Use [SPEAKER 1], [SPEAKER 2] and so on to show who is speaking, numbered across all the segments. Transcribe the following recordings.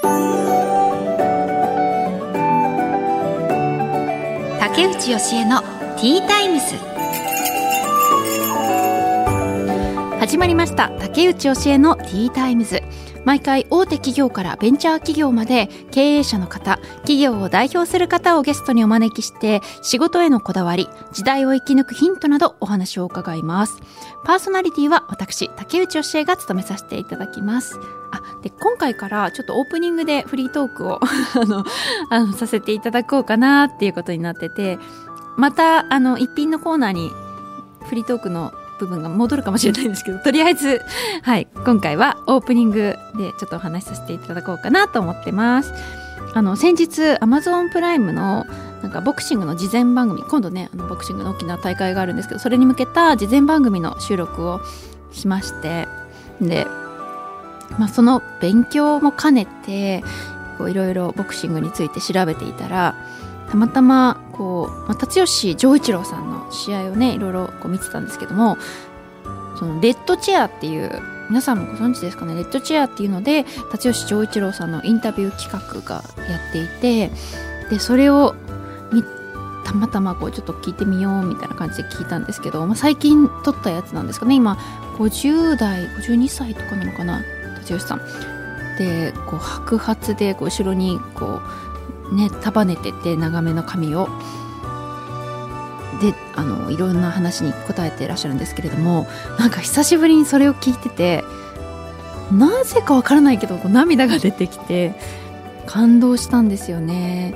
[SPEAKER 1] 竹内義恵のティータイムズ。始まりました。竹内義恵のティータイムズ。毎回大手企業からベンチャー企業まで経営者の方、企業を代表する方をゲストにお招きして仕事へのこだわり、時代を生き抜くヒントなどお話を伺います。パーソナリティは私竹内義恵が務めさせていただきます。で今回からちょっとオープニングでフリートークをさせていただこうかなっていうことになってて、また一品のコーナーにフリートークの部分が戻るかもしれないんですけど、とりあえず、今回はオープニングでちょっとお話しさせていただこうかなと思ってます。先日 Amazon プライムのなんかボクシングの事前番組、今度ねボクシングの大きな大会があるんですけど、それに向けた事前番組の収録をしまして、で、その勉強も兼ねていろいろボクシングについて調べていたら、たまたま辰吉丈一郎さんの試合をねいろいろ見てたんですけども、そのレッドチェアっていう、皆さんもご存知ですかね。レッドチェアっていうので辰吉丈一郎さんのインタビュー企画がやっていて、でそれをたまたまちょっと聞いてみようみたいな感じで聞いたんですけど、最近撮ったやつなんですかね。今50代52歳とかなのかな、辰吉さんで白髪で後ろに束ねてて長めの髪をでいろんな話に答えていらっしゃるんですけれども、なんか久しぶりにそれを聞いてて、なぜかわからないけど涙が出てきて感動したんですよね。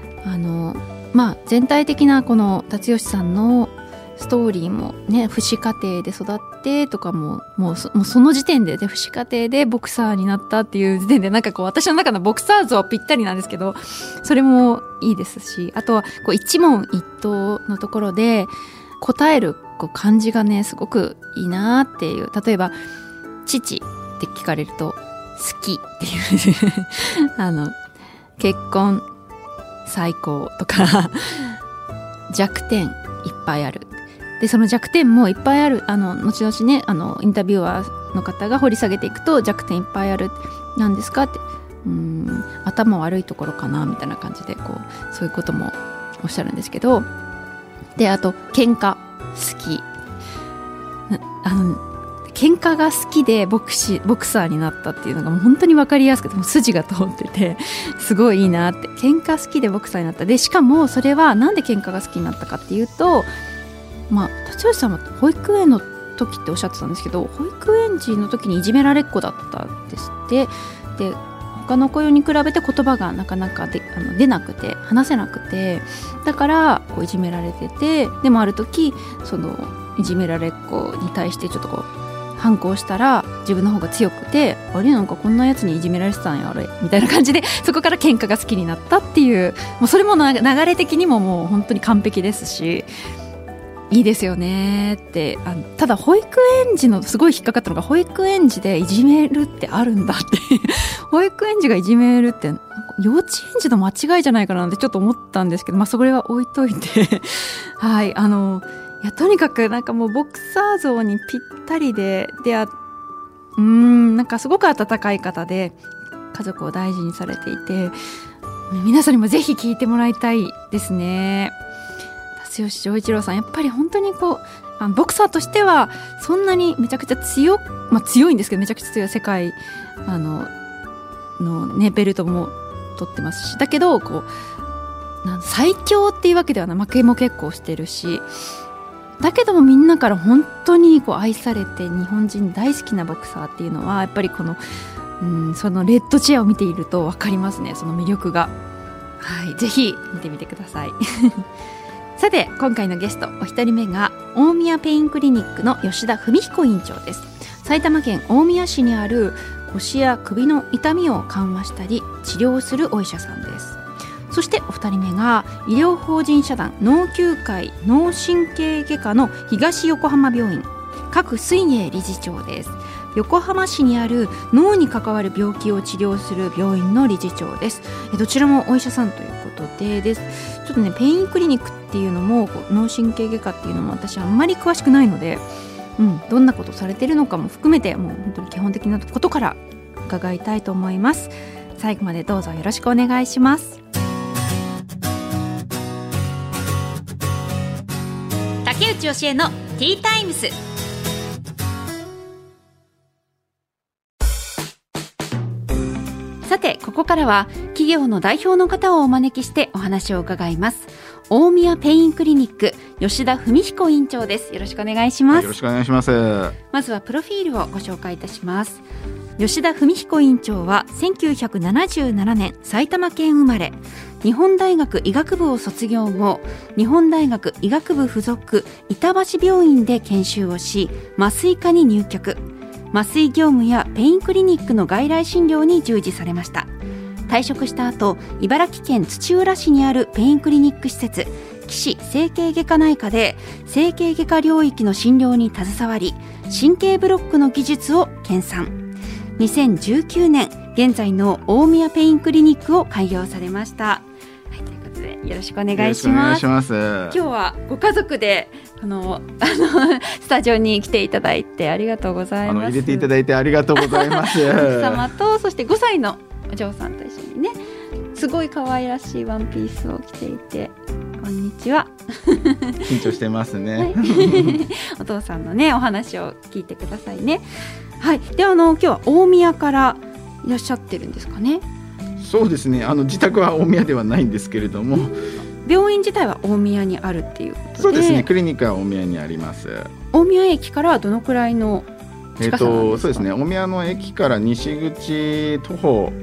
[SPEAKER 1] 全体的なこの辰吉さんのストーリーもね、父子家庭で育ってとかもうその時点で、ね、父子家庭でボクサーになったっていう時点で、なんか私の中のボクサー像ぴったりなんですけど、それもいいですし、あとは一問一答のところで答える感じがねすごくいいなっていう。例えば父って聞かれると好きっていう結婚最高とか弱点いっぱいある。でその弱点もいっぱいある、後々ねインタビュアーの方が掘り下げていくと、弱点いっぱいある、なんですかって、頭悪いところかなみたいな感じでそういうこともおっしゃるんですけど、であと喧嘩好き、喧嘩が好きでボクサーになったっていうのがもう本当に分かりやすくて、もう筋が通っててすごいいいなって。喧嘩好きでボクサーになった。でしかもそれはなんで喧嘩が好きになったかっていうと、辰吉さんは保育園の時っておっしゃってたんですけど、保育園児の時にいじめられっ子だったんですって。で他の子に比べて言葉がなかなか出なくて話せなくて、だからいじめられてて、でもある時そのいじめられっ子に対してちょっと反抗したら自分の方が強くて、あれなんかこんなやつにいじめられてたんやあれみたいな感じで、そこから喧嘩が好きになったっていう、もうそれも流れ的にももう本当に完璧ですし、いいですよねって。ただ保育園児のすごい引っかかったのが、保育園児でいじめるってあるんだって保育園児がいじめるって幼稚園児の間違いじゃないかなってちょっと思ったんですけど、それは置いといてはい、いやとにかくなんかもうボクサー像にぴったりで、なんかすごく温かい方で家族を大事にされていて、皆さんにもぜひ聞いてもらいたいですね。辰吉丈一郎さん、やっぱり本当にボクサーとしてはそんなにめちゃくちゃ強いんですけど、めちゃくちゃ強い世界のねベルトも取ってますし、だけど最強っていうわけではない、負けも結構してるし、だけどもみんなから本当に愛されて日本人大好きなボクサーっていうのは、やっぱりそのレッドチェアを見ていると分かりますね、その魅力が。ぜひ見てみてくださいさて今回のゲストお一人目が大宮ペインクリニックの吉田文彦院長です。埼玉県大宮市にある腰や首の痛みを緩和したり治療するお医者さんです。そしてお二人目が医療法人社団脳球会脳神経外科の東横浜病院賀来水英理事長です。横浜市にある脳に関わる病気を治療する病院の理事長です。どちらもお医者さんということでちょっとねペインクリニックっていうのも脳神経外科っていうのも私あんまり詳しくないので、どんなことされているのかも含めてもう本当に基本的なことから伺いたいと思います。 最後までどうぞよろしくお願いします。竹内義恵のティータイムズ。さて、ここからは企業の代表の方をお招きしてお話を伺います。大宮ペインクリニック吉田文彦院長です。よろしくお願いします。
[SPEAKER 2] よろしくお願いします。
[SPEAKER 1] まずはプロフィールをご紹介いたします。吉田文彦院長は1977年埼玉県生まれ、日本大学医学部を卒業後、日本大学医学部附属板橋病院で研修をし、麻酔科に入局。麻酔業務やペインクリニックの外来診療に従事されました。退職した後、茨城県土浦市にあるペインクリニック施設岸整形外科内科で整形外科領域の診療に携わり、神経ブロックの技術を研鑽。2019年現在の大宮ペインクリニックを開業されました。はい、ということでよろしくお願いします。今日はご家族でスタジオに来ていただいてありがとうございます。
[SPEAKER 2] 入れていただいてありがとうございます
[SPEAKER 1] 奥様と、そして5歳のお嬢さんと一緒にね、すごい可愛らしいワンピースを着ていて、こんにちは。
[SPEAKER 2] 緊張してますね、はい、
[SPEAKER 1] お父さんのねお話を聞いてくださいね。はい、で今日は大宮からいらっしゃってるんですかね。
[SPEAKER 2] そうですね、自宅は大宮ではないんですけれども、
[SPEAKER 1] 病院自体は大宮にあるっていうことで。
[SPEAKER 2] そうですね、クリニックは大宮にあります。
[SPEAKER 1] 大宮駅からはどのくらいの近さなんですか？
[SPEAKER 2] そうですね、大宮の駅から西口徒歩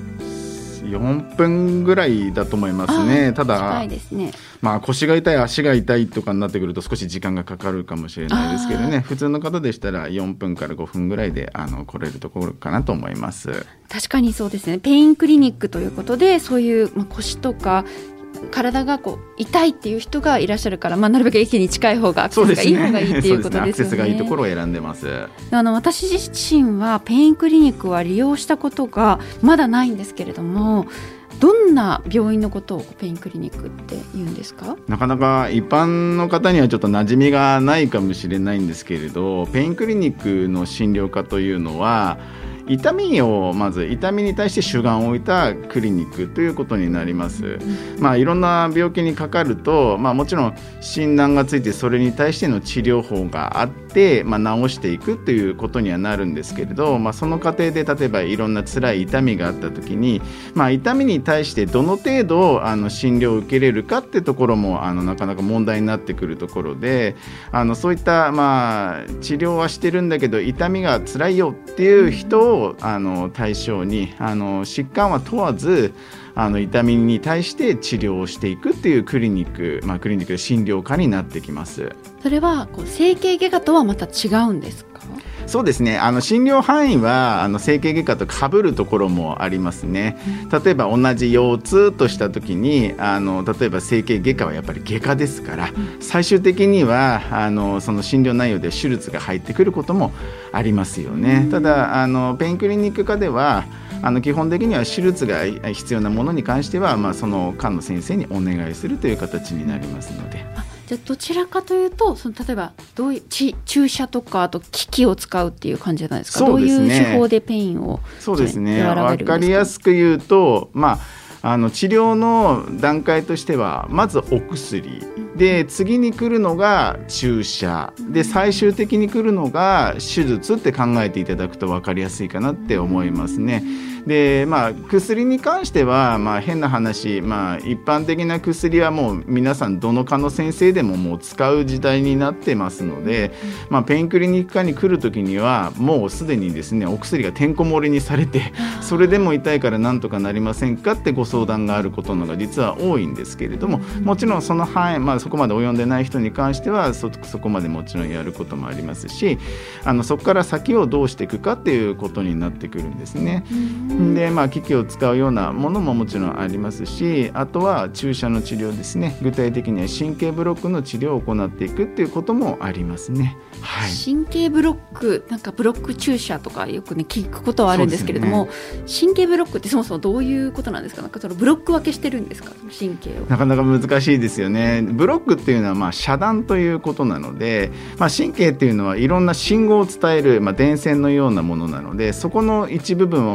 [SPEAKER 2] 4分ぐらいだと思いますね。ただ近いですね。腰が痛い足が痛いとかになってくると少し時間がかかるかもしれないですけどね、普通の方でしたら4分から5分ぐらいで来れるところかなと思います。
[SPEAKER 1] 確かにそうですね。ペインクリニックということで、そういう、腰とか体が痛いっていう人がいらっしゃるから、なるべく駅に近い方がアクセスがいい方がいいっていうことですよね。アクセスがいいところを選んでます。私自身はペインクリニックは利用したことがまだないんですけれども、どんな病院のことをペインクリニックって言うんですか？
[SPEAKER 2] なかなか一般の方にはちょっと馴染みがないかもしれないんですけれど、ペインクリニックの診療科というのは痛みに対して主眼を置いたクリニックということになります。いろんな病気にかかると、もちろん診断がついてそれに対しての治療法があって、治していくということにはなるんですけれど、その過程で例えばいろんな辛い痛みがあった時に、痛みに対してどの程度診療を受けれるかっていうところもなかなか問題になってくるところで、そういった治療はしてるんだけど痛みが辛いよっていう人を対象に疾患は問わず痛みに対して治療をしていくっていうクリニック、クリニック診療科になってきます。
[SPEAKER 1] それは整形外科とはまた違うんですか？
[SPEAKER 2] そうですね、診療範囲は整形外科と被るところもありますね。例えば同じ腰痛とした時に例えば整形外科はやっぱり外科ですから、最終的にはその診療内容で手術が入ってくることもありますよね。ただペインクリニック科では基本的には手術が必要なものに関しては、その科の先生にお願いするという形になりますので。
[SPEAKER 1] じゃあどちらかというと例えばどういう注射とかあと機器を使うっていう感じじゃないですか？そうですね、どういう手法でペインを
[SPEAKER 2] そうですね、分かりやすく言うと、治療の段階としてはまずお薬で、次に来るのが注射で、最終的に来るのが手術って考えていただくと分かりやすいかなって思いますね。で薬に関しては、変な話、一般的な薬はもう皆さんどの科の先生でももう使う時代になってますので、ペインクリニック科に来るときにはもうすでにですね、お薬がてんこ盛りにされて、それでも痛いからなんとかなりませんかってご相談があることのが実は多いんですけれども、もちろんその範囲、そこまで及んでない人に関しては そこまでもちろんやることもありますし、そこから先をどうしていくかっていうことになってくるんですね。で機器を使うようなものももちろんありますし、あとは注射の治療ですね。具体的には神経ブロックの治療を行っていくっていうこともありますね。はい、
[SPEAKER 1] 神経ブロック、ブロック注射とかよくね聞くことはあるんですけれども、神経ブロックってそもそもどういうことなんですか？そのブロック分けしてるんですか？神経を。
[SPEAKER 2] なかなか難しいですよね。ブロックっていうのは遮断ということなので、神経っていうのはいろんな信号を伝える、電線のようなものなので、そこの一部分を遮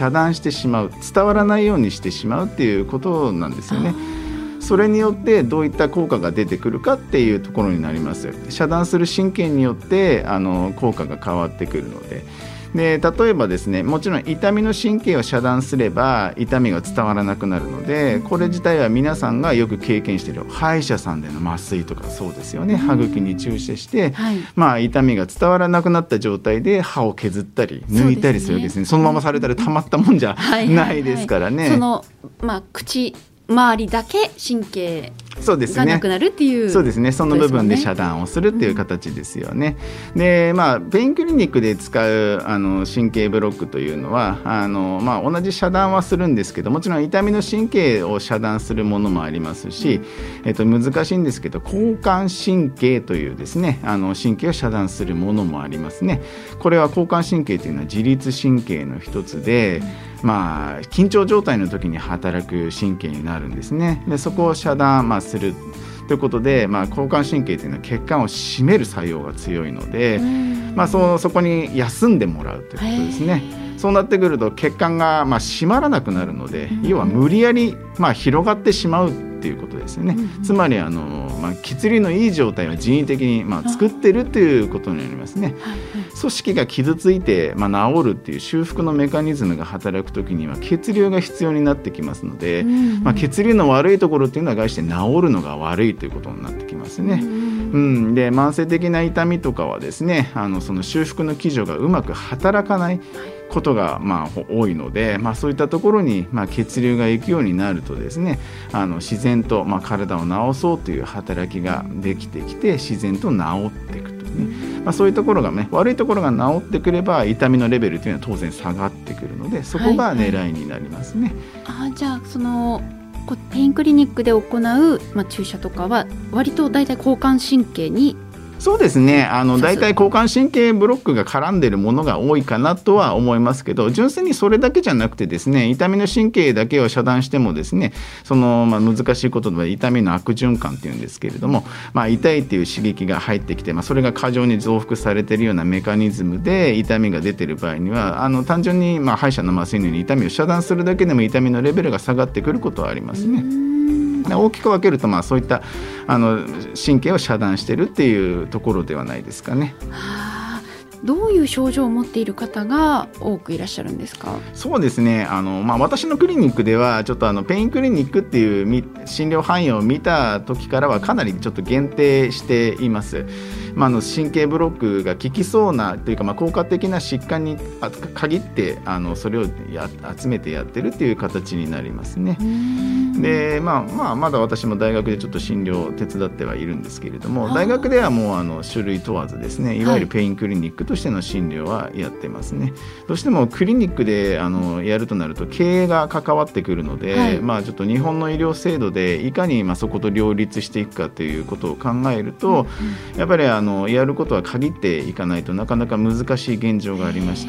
[SPEAKER 2] 遮断してしまう、伝わらないようにしてしまうっていうことなんですよね。それによってどういった効果が出てくるかっていうところになります。遮断する神経によって効果が変わってくるので、例えばですね、もちろん痛みの神経を遮断すれば痛みが伝わらなくなるので、これ自体は皆さんがよく経験している歯医者さんでの麻酔とかそうですよね。歯茎に注射して、痛みが伝わらなくなった状態で歯を削ったり抜いたりするわけですね。そのままされたらたまったもんじゃないですからね。
[SPEAKER 1] その、口周りだけ神経がなくなるっていう、
[SPEAKER 2] そうですね、その部分で遮断をするっていう形ですよね。で、ペインクリニックで使う神経ブロックというのは同じ遮断はするんですけど、もちろん痛みの神経を遮断するものもありますし、難しいんですけど交感神経というですね神経を遮断するものもありますね。これは交感神経というのは自律神経の一つで、緊張状態の時に働く神経になるんですね。でそこを遮断、するということで、交感神経というのは血管を締める作用が強いので、そこに休んでもらうということですね。そうなってくると血管が締まらなくなるので、要は無理やり広がってしまうっていうことですよね。つまり血流のいい状態を人為的に作ってるということになりますね。組織が傷ついて治るっていう修復のメカニズムが働くときには血流が必要になってきますので、血流の悪いところっていうのは概して治るのが悪いということになってきますね。で慢性的な痛みとかはですねその修復の機序がうまく働かないことが多いので、そういったところに血流が行くようになるとですね自然と体を治そうという働きができてきて自然と治っていくとね、そういうところがね、悪いところが治ってくれば痛みのレベルというのは当然下がってくるので、そこが狙いになりますね。
[SPEAKER 1] じゃあそのペインクリニックで行う、注射とかは割と大体交感神経に。
[SPEAKER 2] そうですね、大体交感神経ブロックが絡んでいるものが多いかなとは思いますけど、純粋にそれだけじゃなくてですね、痛みの神経だけを遮断してもですね難しいことでは痛みの悪循環っていうんですけれども、痛いっていう刺激が入ってきて、それが過剰に増幅されているようなメカニズムで痛みが出ている場合には単純に歯医者の麻酔のように痛みを遮断するだけでも痛みのレベルが下がってくることはありますね。大きく分けるとそういった神経を遮断しているっていうところではないですかね。
[SPEAKER 1] どういう症状を持っている方が多くいらっしゃるんですか？
[SPEAKER 2] そうですね、私のクリニックではちょっとペインクリニックっていう診療範囲を見た時からはかなりちょっと限定しています。神経ブロックが効きそうなというか、効果的な疾患に限ってそれを集めてやってるっていう形になりますね。で、まだ私も大学でちょっと診療を手伝ってはいるんですけれども、大学ではもう種類問わずですね、いわゆるペインクリニックとしての診療はやってますね。どうしてもクリニックでやるとなると経営が関わってくるので、ちょっと日本の医療制度でいかにそこと両立していくかということを考えると、やっぱりやることは限っていかないとなかなか難しい現状がありまして、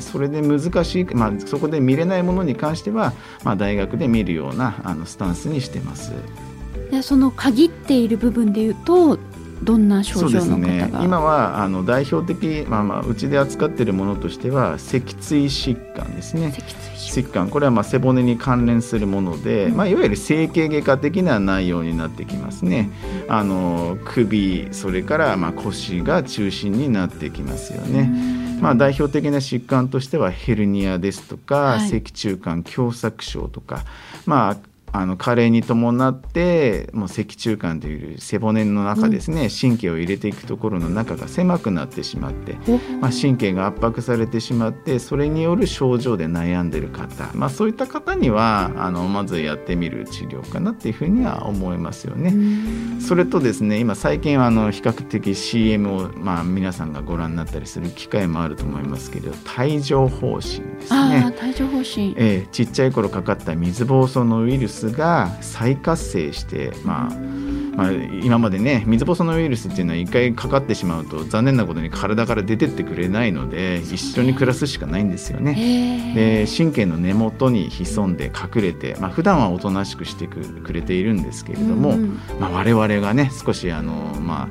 [SPEAKER 2] それで難しい、そこで見れないものに関しては、大学で見るようなスタンスにしてます。
[SPEAKER 1] でその限っている部分でいうとどんな症状の方が？
[SPEAKER 2] そうですね、今は代表的、うちで扱っているものとしては脊椎疾患ですね。疾患、これは背骨に関連するもので、いわゆる整形外科的な内容になってきますね。首、それから腰が中心になってきますよね。代表的な疾患としてはヘルニアですとか、脊柱管狭窄症とか、加齢に伴ってもう脊柱管という背骨の中ですね、神経を入れていくところの中が狭くなってしまって、神経が圧迫されてしまって、それによる症状で悩んでいる方、そういった方にはまずやってみる治療かなっていうふうには思いますよね。それとですね、今最近は比較的 CM を皆さんがご覧になったりする機会もあると思いますけど、帯状疱疹ですね。
[SPEAKER 1] 帯状疱疹、
[SPEAKER 2] ちっちゃい頃かかった水疱瘡のウイルスが再活性して、今までね、水疱瘡のウイルスっていうのは一回かかってしまうと残念なことに体から出てってくれないので、一緒に暮らすしかないんですよね。で神経の根元に潜んで隠れて、普段はおとなしくしてくれているんですけれども、我々がね少し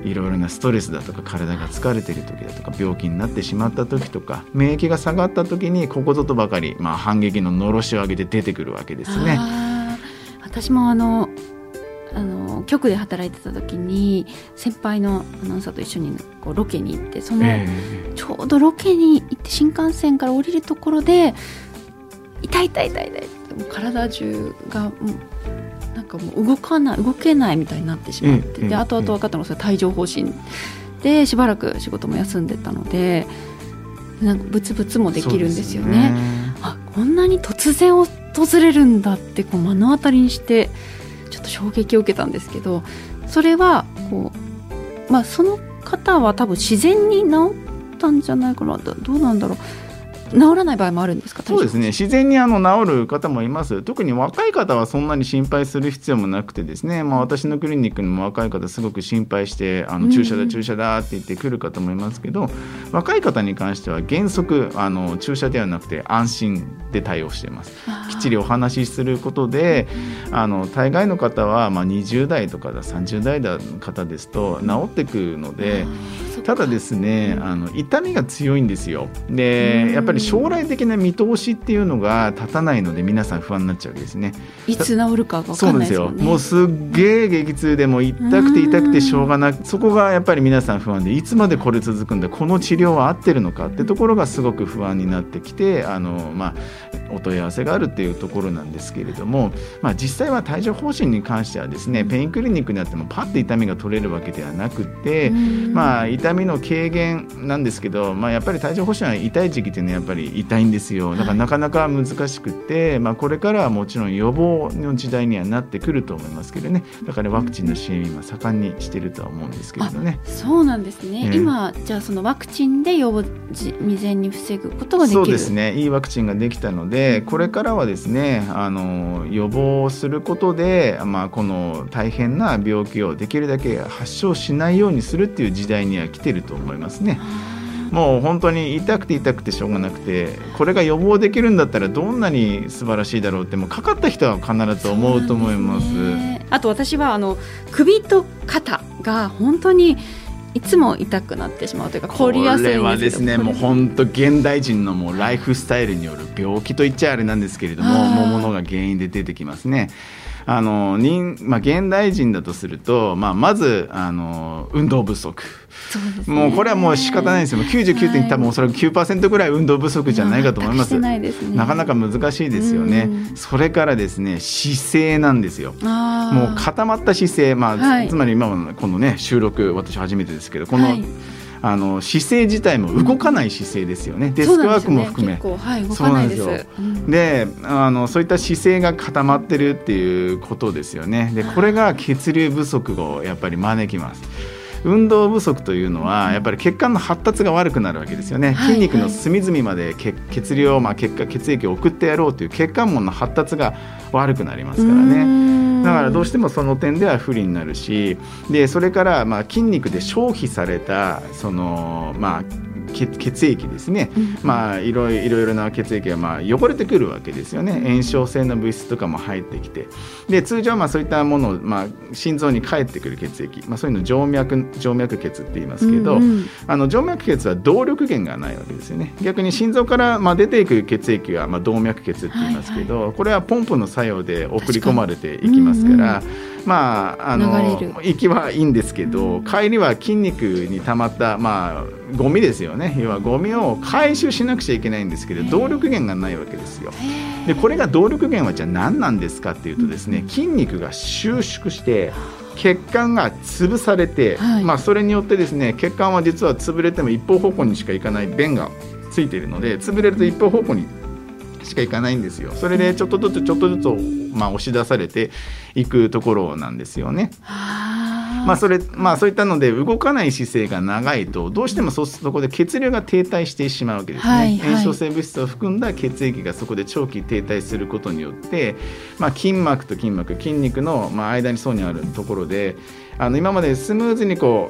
[SPEAKER 2] いろいろなストレスだとか体が疲れている時だとか病気になってしまった時とか免疫が下がった時にここぞとばかり、反撃ののろしを上げて出てくるわけですね。
[SPEAKER 1] 私も局で働いてた時に先輩のアナウンサーと一緒にこうロケに行って、ちょうどロケに行って新幹線から降りるところで痛いってもう体中がなんかもう動けないみたいになってしまって、で後々分かったのがそれ帯状疱疹でしばらく仕事も休んでたので、なんかブツブツもできるんですよね。こんなに突然訪れるんだってこう目の当たりにしてちょっと衝撃を受けたんですけど、それはこう、その方は多分自然に治ったんじゃないかな。どうなんだろう、治らない場合もあるんですか？
[SPEAKER 2] そうですね、自然に治る方もいます。特に若い方はそんなに心配する必要もなくてですね、私のクリニックにも若い方すごく心配して注射だって言ってくる方もいますけど、若い方に関しては原則注射ではなくて安心で対応しています。きっちりお話しすることで大概の方は20代とか30代の方ですと治ってくるので、ただですね痛みが強いんですよ。でやっぱり将来的な見通しっていうのが立たないので皆さん不安になっちゃうわけですね。
[SPEAKER 1] いつ治るか分かんないですよね。
[SPEAKER 2] そうなんですよ。もうすっげえ激痛でも痛くてしょうがなく、そこがやっぱり皆さん不安で、いつまでこれ続くんだ、この治療は合ってるのかってところがすごく不安になってきてお問い合わせがあるっていうところなんですけれども、実際は帯状疱疹に関してはですね、ペインクリニックにあってもパッと痛みが取れるわけではなくて、痛みの軽減なんですけど、やっぱり帯状疱疹は痛い時期っていうのはやっぱり痛いんですよ。だからなかなか難しくて、これからはもちろん予防の時代にはなってくると思いますけどね。だからワクチンの支援今盛んにしてるとは思うんですけれどね。
[SPEAKER 1] そうなんですね。今じゃあそのワクチンで予防未然に防ぐことができる。
[SPEAKER 2] そうですね、いいワクチンができたので、これからはですね予防することで、この大変な病気をできるだけ発症しないようにするっていう時代には来てると思いますね。もう本当に痛くてしょうがなくて、これが予防できるんだったらどんなに素晴らしいだろうって、もうかかった人は必ず思うと思います。
[SPEAKER 1] あと私は首と肩が本当にいつも痛くなってしまうというか凝りやすいんですけど、
[SPEAKER 2] これはですねもう本当現代人のもうライフスタイルによる病気といっちゃあれなんですけれども、ものが原因で出てきますね。現代人だとすると、まず運動不足、もうこれはもう仕方ないですよ。99点多分おそらく 9% ぐらい運動不足じゃないかと思います。なかなか難しいですよね。それからですね姿勢なんですよ。もう固まった姿勢、つまり今のこのね収録私初めてですけど、この、姿勢自体も動かない姿勢ですよね。デスクワークも含め、
[SPEAKER 1] 動かないです。
[SPEAKER 2] でそういった姿勢が固まってるっていうことですよね。でこれが血流不足をやっぱり招きます。運動不足というのはやっぱり血管の発達が悪くなるわけですよね。筋肉の隅々まで血流を、血液を送ってやろうという血管網の発達が悪くなりますからね。だからどうしてもその点では不利になるし、でそれから筋肉で消費されたその血液ですね、いろいろな血液が汚れてくるわけですよね。炎症性の物質とかも入ってきて、で通常そういったものを、心臓に返ってくる血液、そういうの静脈血って言いますけど、静脈血は動力源がないわけですよね。逆に心臓から出ていく血液は動脈血って言いますけど、これはポンプの作用で送り込まれていきますから、行きはいいんですけど、帰りは筋肉に溜まったゴミですよね。要はゴミを回収しなくちゃいけないんですけど、動力源がないわけですよ。でこれが動力源はじゃあ何なんですかっていうとですね、筋肉が収縮して血管が潰されて、それによってですね血管は実は潰れても一方方向にしか行かない弁がついているので、潰れると一方方向にしかいかないんですよ。それでちょっとずつ押し出されていくところなんですよね。そういったので動かない姿勢が長いとどうしてもそこで血流が停滞してしまうわけですね。炎症性物質を含んだ血液がそこで長期停滞することによって、筋膜と筋肉の間に層にあるところで今までスムーズに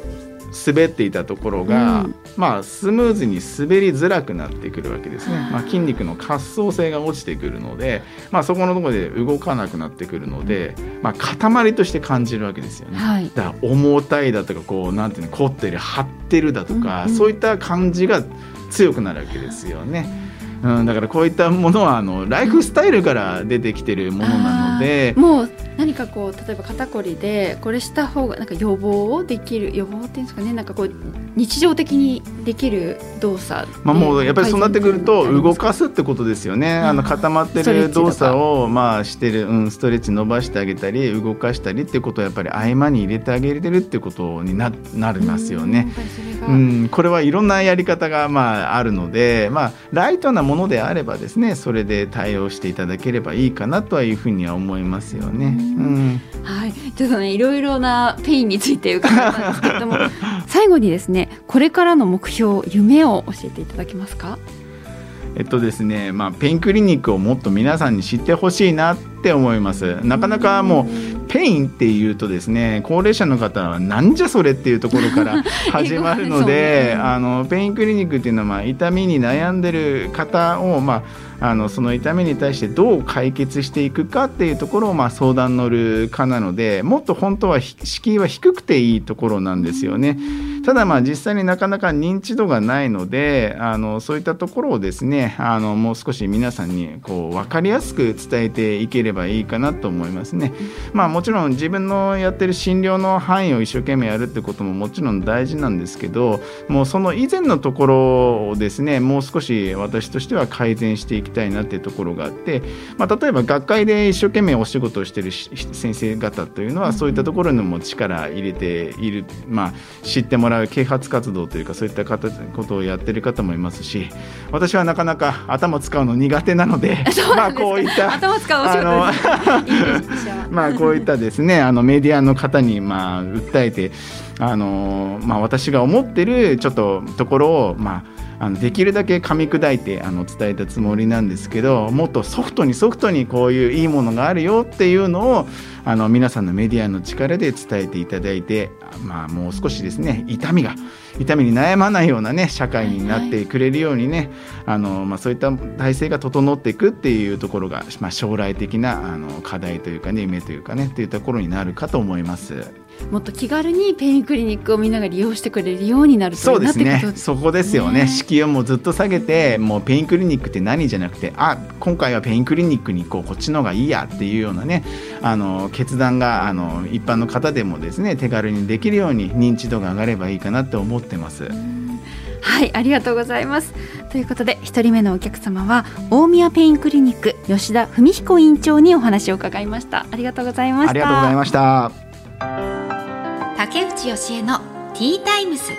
[SPEAKER 2] 滑っていたところが、スムーズに滑りづらくなってくるわけですね。筋肉の滑走性が落ちてくるので、そこのところで動かなくなってくるので、塊として感じるわけですよね。だから重たいだとかなんていうの、凝ってる、張ってるだとか、そういった感じが強くなるわけですよね。だからこういったものはライフスタイルから出てきてるものなので、
[SPEAKER 1] もう何か例えば肩こりでこれした方がなんか予防できる、予防っていうんですかね、なんか日常的にできる動作、
[SPEAKER 2] もうやっぱりそうなってくると動かすってことですよね。固まってる動作をしてる、ストレッチ伸ばしてあげたり動かしたりっていうことをやっぱり合間に入れてあげれてるってことになりますよね。これはいろんなやり方があるので、ライトなものであればですね、それで対応していただければいいかなとはいうふうには思いますよね。
[SPEAKER 1] はい、ちょっとね、いろいろなペインについて伺ったんですけれども最後にですね、これからの目標、夢を教えていただけますか？
[SPEAKER 2] ですね、ペインクリニックをもっと皆さんに知ってほしいなって思います。なかなかもうペインっていうとですね、高齢者の方はなんじゃそれっていうところから始まるのでペインクリニックっていうのは痛みに悩んでる方をその痛みに対してどう解決していくかっていうところを相談乗る科なので、もっと本当は敷居は低くていいところなんですよね。ただ実際になかなか認知度がないのでそういったところをですねもう少し皆さんに分かりやすく伝えていければいいかなと思いますね。もちろん自分のやってる診療の範囲を一生懸命やるってことももちろん大事なんですけど、もうその以前のところをですね、もう少し私としては改善していきたいなっていうところがあって、例えば学会で一生懸命お仕事をしている先生方というのはそういったところにも力入れている、知ってもらう啓発活動というか、そういったことをやっている方もいますし、私はなかなか頭使うの苦手なのでこういった
[SPEAKER 1] 頭使うお仕事です
[SPEAKER 2] こういったですねメディアの方に訴えて私が思ってるちょっとところをできるだけ噛み砕いて伝えたつもりなんですけど、もっとソフトにこういういいものがあるよっていうのを皆さんのメディアの力で伝えていただいて、もう少しですね痛みに悩まないようなね社会になってくれるようにね、そういった体制が整っていくっていうところが、将来的な課題というかね、夢というかねっていうところになるかと思います。
[SPEAKER 1] もっと気軽にペインクリニックをみんなが利用してくれるようになるといいなってことですね。
[SPEAKER 2] そこですよね。敷居をもうずっと下げて、もうペインクリニックって何じゃなくて、今回はペインクリニックにこっちの方がいいやっていうようなね決断が一般の方でもですね手軽にできるように認知度が上がればいいかなと思ってます。
[SPEAKER 1] はい、ありがとうございます。ということで1人目のお客様は大宮ペインクリニック吉田文彦院長にお話を伺いました。ありがとうございました。
[SPEAKER 2] ありがとうございました。
[SPEAKER 1] 竹内義恵のティータイムズ。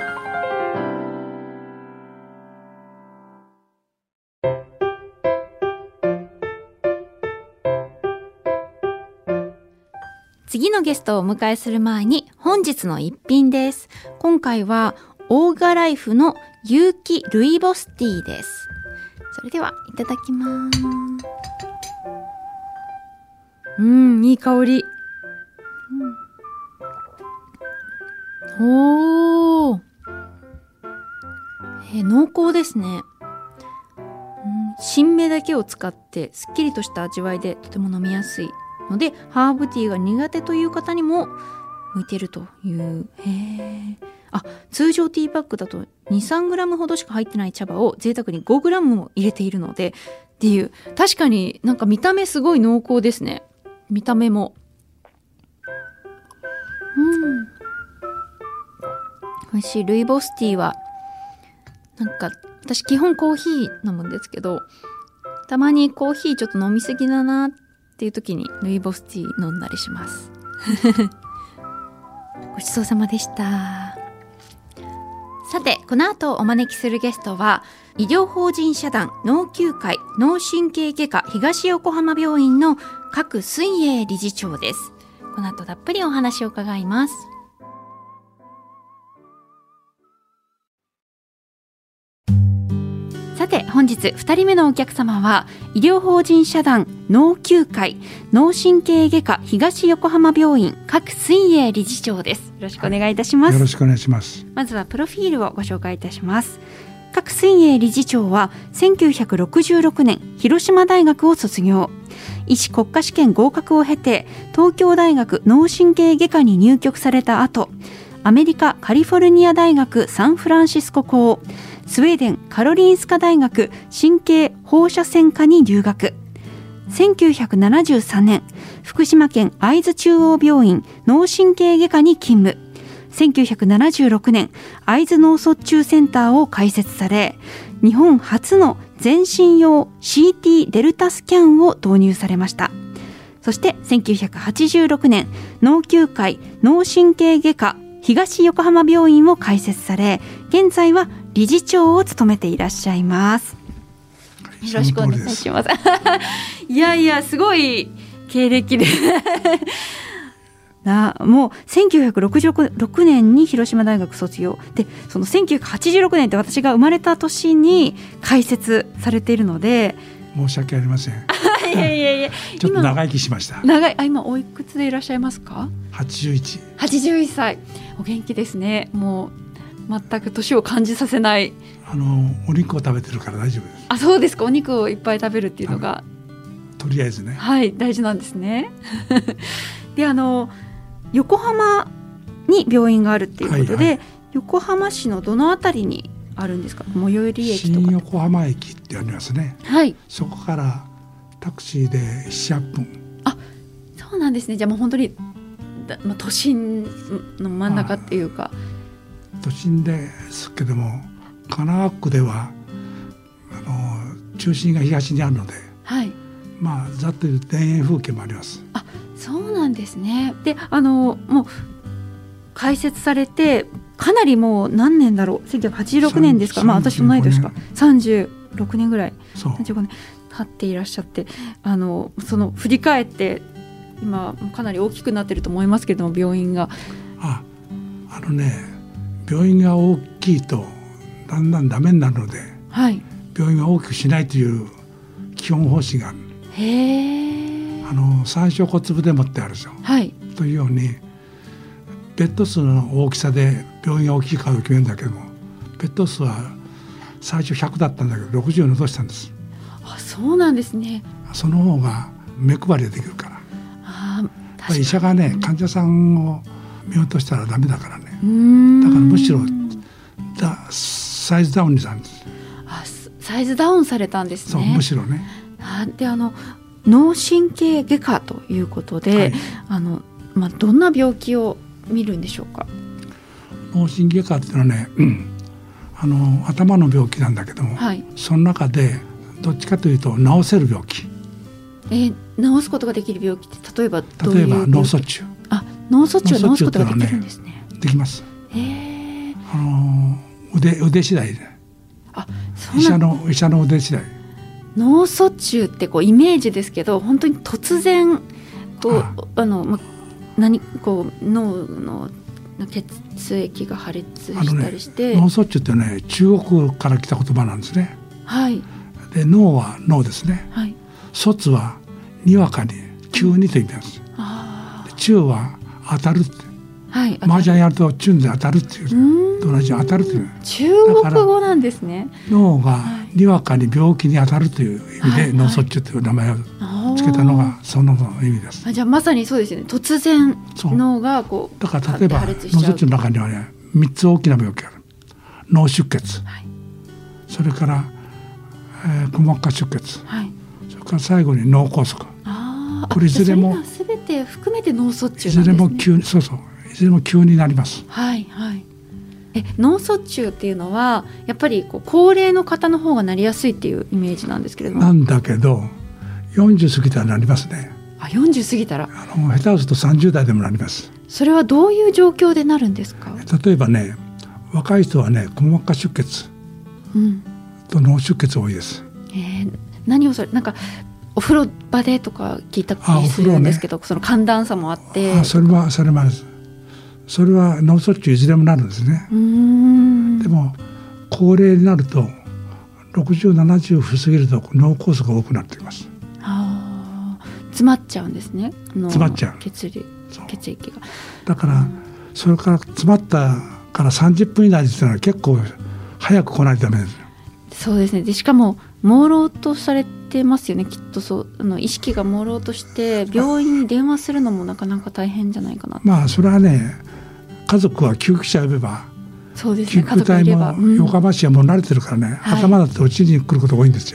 [SPEAKER 1] 次のゲストをお迎えする前に本日の一品です。今回はオーガライフの有機ルイボスティーです。それではいただきます。いい香り。濃厚ですね。新芽だけを使ってすっきりとした味わいでとても飲みやすいので、ハーブティーが苦手という方にも向いているという。通常ティーバッグだと 2,3g ほどしか入ってない茶葉を贅沢に 5g も入れているのでっていう。確かになんか見た目すごい濃厚ですね。見た目も美味しい。ルイボスティーはなんか私基本コーヒー飲むんですけど、たまにコーヒーちょっと飲みすぎだなっていう時にルイボスティー飲んだりしますごちそうさまでした。さて、この後お招きするゲストは医療法人社団脳球会脳神経外科東横浜病院の賀来水英理事長です。この後たっぷりお話を伺います。さて、本日2人目のお客様は医療法人社団脳球会脳神経外科東横浜病院賀来水英理事長です。よろしくお願いいたします。
[SPEAKER 3] よろしくお願いします。
[SPEAKER 1] まずはプロフィールをご紹介いたします。賀来水英理事長は1966年広島大学を卒業、医師国家試験合格を経て東京大学脳神経外科に入局された後、アメリカカリフォルニア大学サンフランシスコ校、スウェーデンカロリンスカ大学神経放射線科に留学。1973年福島県会津中央病院脳神経外科に勤務。1976年会津脳卒中センターを開設され、日本初の全身用 CT デルタスキャンを導入されました。そして1986年脳球会脳神経外科東横浜病院を開設され、現在は理事長を務めていらっしゃいます。よろしくお願いします。いやいや、すごい経歴でもう1966年に広島大学卒業で、その1986年って私が生まれた年に開設されているので、
[SPEAKER 3] 申し訳ありません。
[SPEAKER 1] いやいやいや
[SPEAKER 3] ちょっと長生きしました。
[SPEAKER 1] 今おいくつでいらっしゃいますか
[SPEAKER 3] ？81
[SPEAKER 1] 歳。お元気ですね。もう全く年を感じさせない。
[SPEAKER 3] お肉を食べてるから大丈夫です。
[SPEAKER 1] あ、そうですか。お肉をいっぱい食べるっていうのが
[SPEAKER 3] とりあえずね、
[SPEAKER 1] はい、大事なんですね。で、横浜に病院があるっていうことで、はいはい、横浜市のどのあたりにあるんですか？最寄り駅とか。
[SPEAKER 3] 新横浜駅ってありますね。
[SPEAKER 1] はい。
[SPEAKER 3] そこからタクシーで 7,8 分。
[SPEAKER 1] あ、そうなんですね。じゃあもう本当に都心の真ん中っていうか。
[SPEAKER 3] 都心ですけども、神奈川区では中心が東にあるので、
[SPEAKER 1] はい。
[SPEAKER 3] ざっという田園風景もあります。
[SPEAKER 1] あ、そうなんですね。で、もう開設されてかなりもう何年だろう、1986年ですか。私と同い年か、36年ぐらい、35年経っていらっしゃって、その振り返って今かなり大きくなってると思いますけども、病院が。
[SPEAKER 3] 病院が大きいとだんだんダメになるので、
[SPEAKER 1] はい、
[SPEAKER 3] 病院が大きくしないという基本方針がある。三小骨部でもってあるんですよ。
[SPEAKER 1] はい、
[SPEAKER 3] というようにベッド数の大きさで病院が大きいかを決めるんだけども、ベッド数は最初100だったんだけど60に落としたんです。
[SPEAKER 1] あ、そうなんですね。
[SPEAKER 3] その方が目配りができるから。医者がね、患者さんを見落としたらダメだからね。だからむしろサイズダウンにしたんです。
[SPEAKER 1] あ、サイズダウンされたんですね。
[SPEAKER 3] そう、むしろね。
[SPEAKER 1] で、脳神経外科ということで、はい、どんな病気を見るんでしょうか？
[SPEAKER 3] 脳神経外科っていうのはね、頭の病気なんだけども、はい、その中でどっちかというと治せる病気。治
[SPEAKER 1] すことができる病気って例えばどういう病気？
[SPEAKER 3] 例えば脳卒中。
[SPEAKER 1] あ、脳卒中は治すことができるんですね。
[SPEAKER 3] できます。腕次第で。あ、医者の腕次第。
[SPEAKER 1] 脳卒中ってイメージですけど、本当に突然脳の血液が破裂したりして、
[SPEAKER 3] 脳卒中ってね、中国から来た言葉なんですね。
[SPEAKER 1] はい。で、
[SPEAKER 3] 脳は脳ですね。はい。卒はにわかに急にという意味なんです。中は当たるって。はい。麻雀やるとチュンで当たるっていう。同じ当たるという。
[SPEAKER 1] 中国語なんですね。
[SPEAKER 3] 脳がにわかに病気に当たるという意味で脳卒中という名前をつけたのがその意味です。
[SPEAKER 1] じゃあまさにそうですよね。突然脳が
[SPEAKER 3] だから例えば脳卒中の中にはね、3つ大きな病気がある。脳出血、はい、それから、硬膜下出血、はい、それから最後に脳梗塞。これいずれも
[SPEAKER 1] 全て含めて脳卒中なんですね。
[SPEAKER 3] いずれも急に、そうそう、いずれも急になります。
[SPEAKER 1] はいはい。脳卒中っていうのはやっぱり高齢の方の方がなりやすいっていうイメージなんですけれども。
[SPEAKER 3] なんだけど40過ぎたらなりますね。
[SPEAKER 1] あ、40過ぎたら。
[SPEAKER 3] 下手をすると30代でもなります。
[SPEAKER 1] それはどういう状況でなるんですか？
[SPEAKER 3] 例えばね、若い人はね、硬膜下出血と脳出血多いです。
[SPEAKER 1] 何をなんかお風呂場でとか聞いたりするんですけど、その寒暖差もあって。
[SPEAKER 3] それもあるです。それは脳卒中いずれもなるんですね。でも高齢になると 60、70過ぎると脳梗塞が多くなってきます。
[SPEAKER 1] 詰まっちゃうんですね。
[SPEAKER 3] 詰まっちゃう
[SPEAKER 1] 血液が。
[SPEAKER 3] だからそれから詰まったから30分以内っていうのは結構早く来ないとダメです。
[SPEAKER 1] そうですね。でしかも朦朧とされてますよね。きっとそう意識が朦朧として病院に電話するのもなかなか大変じゃないかな。
[SPEAKER 3] まあそれはね、家族は救急車呼べば、
[SPEAKER 1] そうですね、
[SPEAKER 3] 救急隊も横浜市はもう慣れてるからね、頭だってうちに来ることが多いんですよ。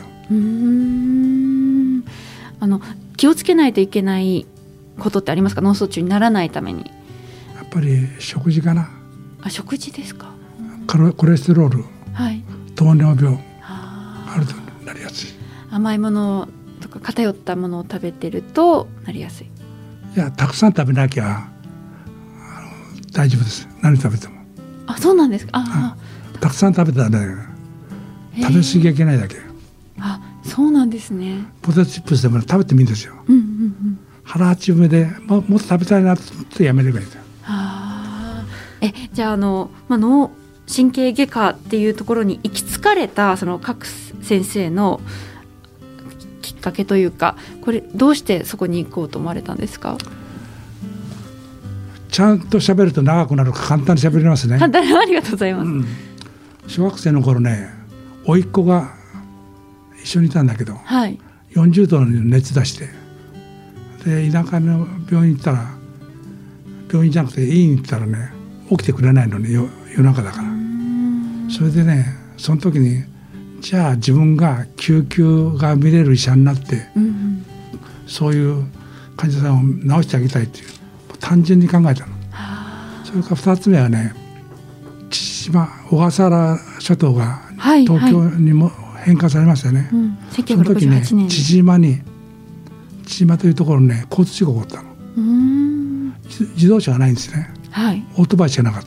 [SPEAKER 1] 気をつけないといけないことってありますか？脳卒中にならないために。
[SPEAKER 3] やっぱり食事かな。
[SPEAKER 1] 食事ですか？
[SPEAKER 3] コレステロール、糖尿病あるとなりやすい。
[SPEAKER 1] 甘いものとか偏ったものを食べてるとなりやすい。
[SPEAKER 3] いや、たくさん食べなきゃ大丈夫です。何食べても。
[SPEAKER 1] そうなんですか。
[SPEAKER 3] たくさん食べたらね、食べ過ぎはいけないだけ。
[SPEAKER 1] そうなんですね。
[SPEAKER 3] ポテトチップスでも食べてもいいんですよ。腹八分目でもっと食べたいなってやめればいいんですよ。
[SPEAKER 1] じゃあ脳神経外科っていうところに行き着かれたその賀来先生のきっかけというか、これどうしてそこに行こうと思われたんですか？
[SPEAKER 3] ちゃんと喋ると長くなるから簡単に喋りますね。
[SPEAKER 1] 簡単にありがとうございます。
[SPEAKER 3] 小学生の頃ね、甥っ子が一緒にいたんだけど、40度の熱出して、で田舎の病院行ったら、病院じゃなくて医院行ったらね、起きてくれないのに夜中だから。それでね、その時にじゃあ自分が救急が見れる医者になって、そういう患者さんを治してあげたいっていう単純に考えたの。それから2つ目はね、小笠原諸島が東京にも返還されましたよね。その時ね、千島というところにね、交通事故が起こったの。自動車がないんですね。オートバイしかなかった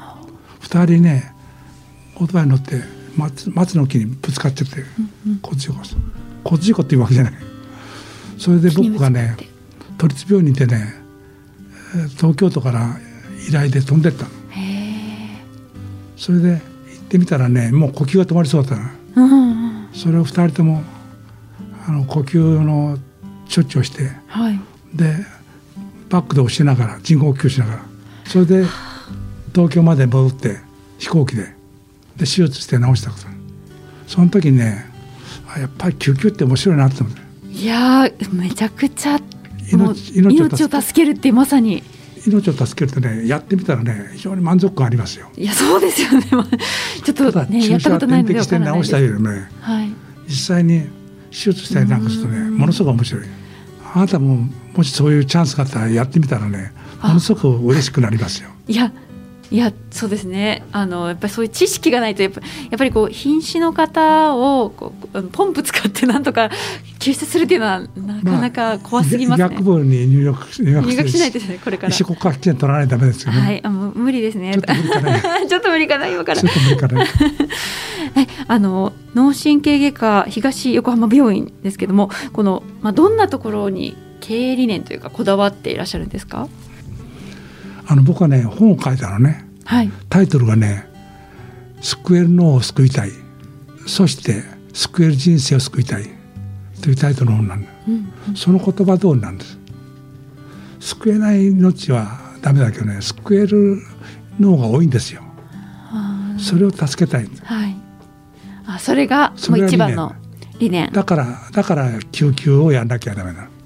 [SPEAKER 3] 。2人ね、オートバイに乗って松の木にぶつかっちゃって、交通事故っていうわけじゃない。それで僕がね、都立病院にいてね、東京都から依頼で飛んでったの。それで行ってみたらね、もう呼吸が止まりそうだったの。それを2人とも呼吸の処置をして、でバックで押しながら人工呼吸しながら、それで東京まで戻って飛行機で手術して治したこと。その時にね、やっぱり救急って面白いなって思って。いや
[SPEAKER 1] めちゃくちゃ命を助けるってまさに
[SPEAKER 3] 命を助けるってね、やってみたらね、非常に満足感ありますよ。
[SPEAKER 1] いやそうですよね。ちょっとね、やったことないので分からないです。
[SPEAKER 3] 注射点滴して治したよりね、実際に手術したりなんかするとね、ものすごく面白い。あなたももしそういうチャンスがあったらやってみたらね、ものすごく嬉しくなりますよ。
[SPEAKER 1] いやそうですね。やっぱりそういう知識がないとやっぱりこう瀕死の方をポンプ使ってなんとか救出するっていうのはなかなか怖すぎますね。
[SPEAKER 3] 医学部に入学し
[SPEAKER 1] ないとですね、これから。
[SPEAKER 3] 医師国家試験取らないとダメですよね。
[SPEAKER 1] もう無理ですね。
[SPEAKER 3] ちょっと無理かな。
[SPEAKER 1] ちょっと無理かな今から。
[SPEAKER 3] ちょっと無理かな。
[SPEAKER 1] 脳神経外科東横浜病院ですけども、このどんなところに経営理念というかこだわっていらっしゃるんですか？
[SPEAKER 3] 僕はね、本を書いたのね。タイトルがね、救える脳を救いたい、そして救える人生を救いたいというタイトルの本なんだ。その言葉通りなんです。救えない命はダメだけどね、救える脳が多いんですよ。それを助けたいんです。
[SPEAKER 1] それがもう一番の理念。
[SPEAKER 3] だから救急をやんなきゃダメだ。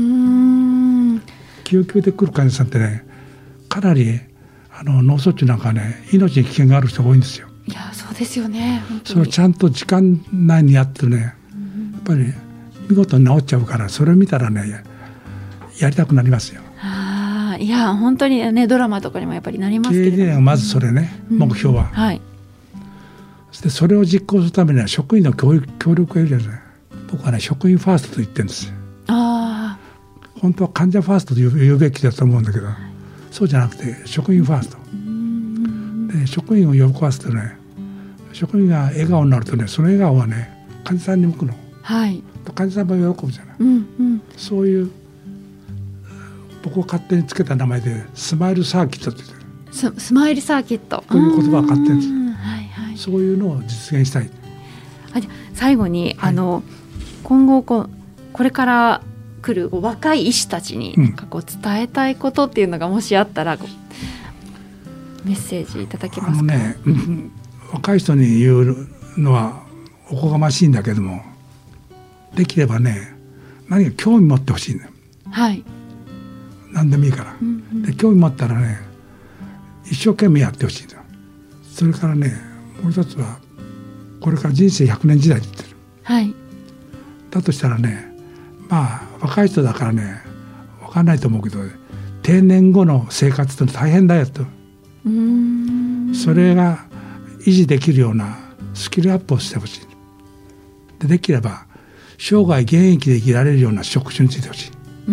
[SPEAKER 3] 救急で来る患者さんってね、かなり脳卒中なんかね、命に危険がある人が多いんですよ。
[SPEAKER 1] いやそうですよね。
[SPEAKER 3] それをちゃんと時間内にやってね、やっぱり見事に治っちゃうから、それを見たらね、やりたくなりますよ。
[SPEAKER 1] いや本当にね、ドラマとかにもやっぱりなりますけれども、経営理念
[SPEAKER 3] はまずそれね、目標は。でそれを実行するためには職員の協力がいるじゃない。僕はね、職員ファーストと言ってるんですよ。本当は患者ファーストと言うべきだと思うんだけど、そうじゃなくて職員ファーストで、職員を喜ばせてね、職員が笑顔になるとね、その笑顔はね、患者さんに向くの。患者さんも喜ぶじゃない。そういう僕が勝手につけた名前でスマイルサーキットって言ってる。
[SPEAKER 1] スマイルサーキット
[SPEAKER 3] という言葉が勝手にです。そういうのを実現したい。
[SPEAKER 1] じゃ最後に、はい、今後これから来る若い医師たちに伝えたいことっていうのがもしあったらメッセージいただけますか？
[SPEAKER 3] 若い人に言うのはおこがましいんだけども、できればね、何か興味持ってほしいんだよ。
[SPEAKER 1] はい。
[SPEAKER 3] 何でもいいから、で興味持ったらね、一生懸命やってほしいんだよ。それからね、もう一つはこれから人生100年時代って言ってる。
[SPEAKER 1] はい。
[SPEAKER 3] だとしたらね、若い人だからね、分かんないと思うけど、定年後の生活って大変だよと。それが維持できるようなスキルアップをしてほしい。できれば生涯現役で生きられるような職種についてほしい。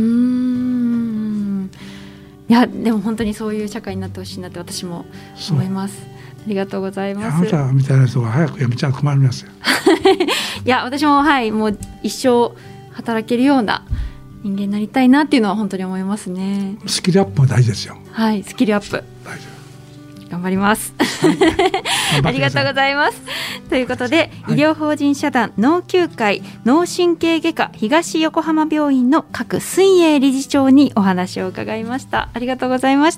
[SPEAKER 1] いやでも本当にそういう社会になってほしいなって私も思います。ありがとうございます。
[SPEAKER 3] あなたみたいな人が早く辞めちゃ困りますよ。
[SPEAKER 1] いや私ももう一生働けるような人間になりたいなっていうのは本当に思いますね。
[SPEAKER 3] スキルアップも大事ですよ。
[SPEAKER 1] はい、スキルアップ
[SPEAKER 3] 大事。
[SPEAKER 1] 頑張ります。ありがとうございます。ということで、医療法人社団脳球会脳神経外科東横浜病院の賀来水英理事長にお話を伺いました。ありがとうございました。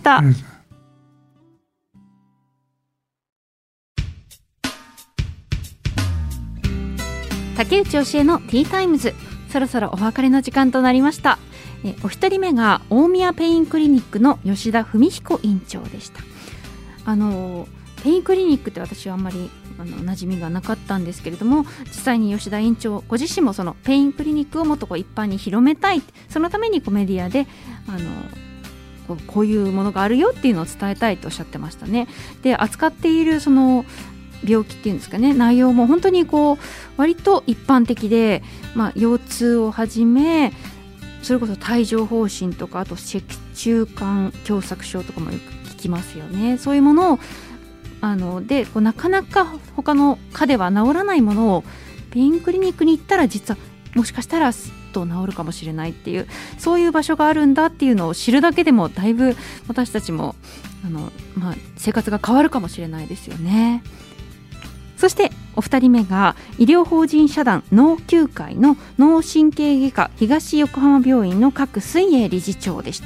[SPEAKER 1] 竹内教えのティータイムズ、そろそろお別れの時間となりました。お一人目が大宮ペインクリニックの吉田文彦院長でした。ペインクリニックって私はあんまり馴染みがなかったんですけれども、実際に吉田院長ご自身もそのペインクリニックをもっと一般に広めたい、そのためにメディアでこういうものがあるよっていうのを伝えたいとおっしゃってましたね。で扱っているその病気っていうんですかね、内容も本当に割と一般的で、腰痛をはじめそれこそ帯状疱疹とか、あと脊柱管狭窄症とかもよく聞きますよね。そういうものをでなかなか他の科では治らないものをペインクリニックに行ったら実はもしかしたらすっと治るかもしれないっていう、そういう場所があるんだっていうのを知るだけでもだいぶ私たちも生活が変わるかもしれないですよね。そしてお二人目が医療法人社団脳球会の脳神経外科東横浜病院の賀来水英理事長でした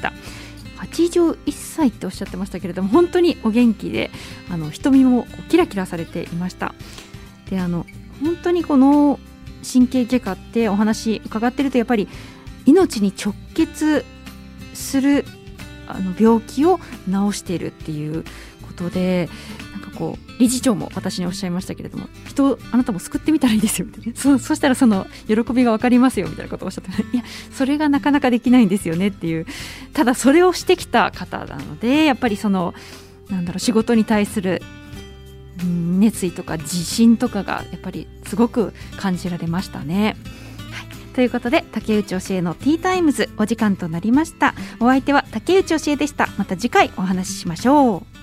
[SPEAKER 1] 。81歳っておっしゃってましたけれども、本当にお元気で瞳もキラキラされていました。で本当に脳神経外科ってお話伺ってると、やっぱり命に直結する病気を治しているっていうことで、理事長も私におっしゃいましたけれども、あなたも救ってみたらいいですよみたいな、そしたらその喜びが分かりますよみたいなことをおっしゃって、いやそれがなかなかできないんですよねっていう。ただそれをしてきた方なので、やっぱり仕事に対する熱意とか自信とかがやっぱりすごく感じられましたね。ということで、竹内教えのティータイムズお時間となりました。お相手は竹内教えでした。また次回お話ししましょう。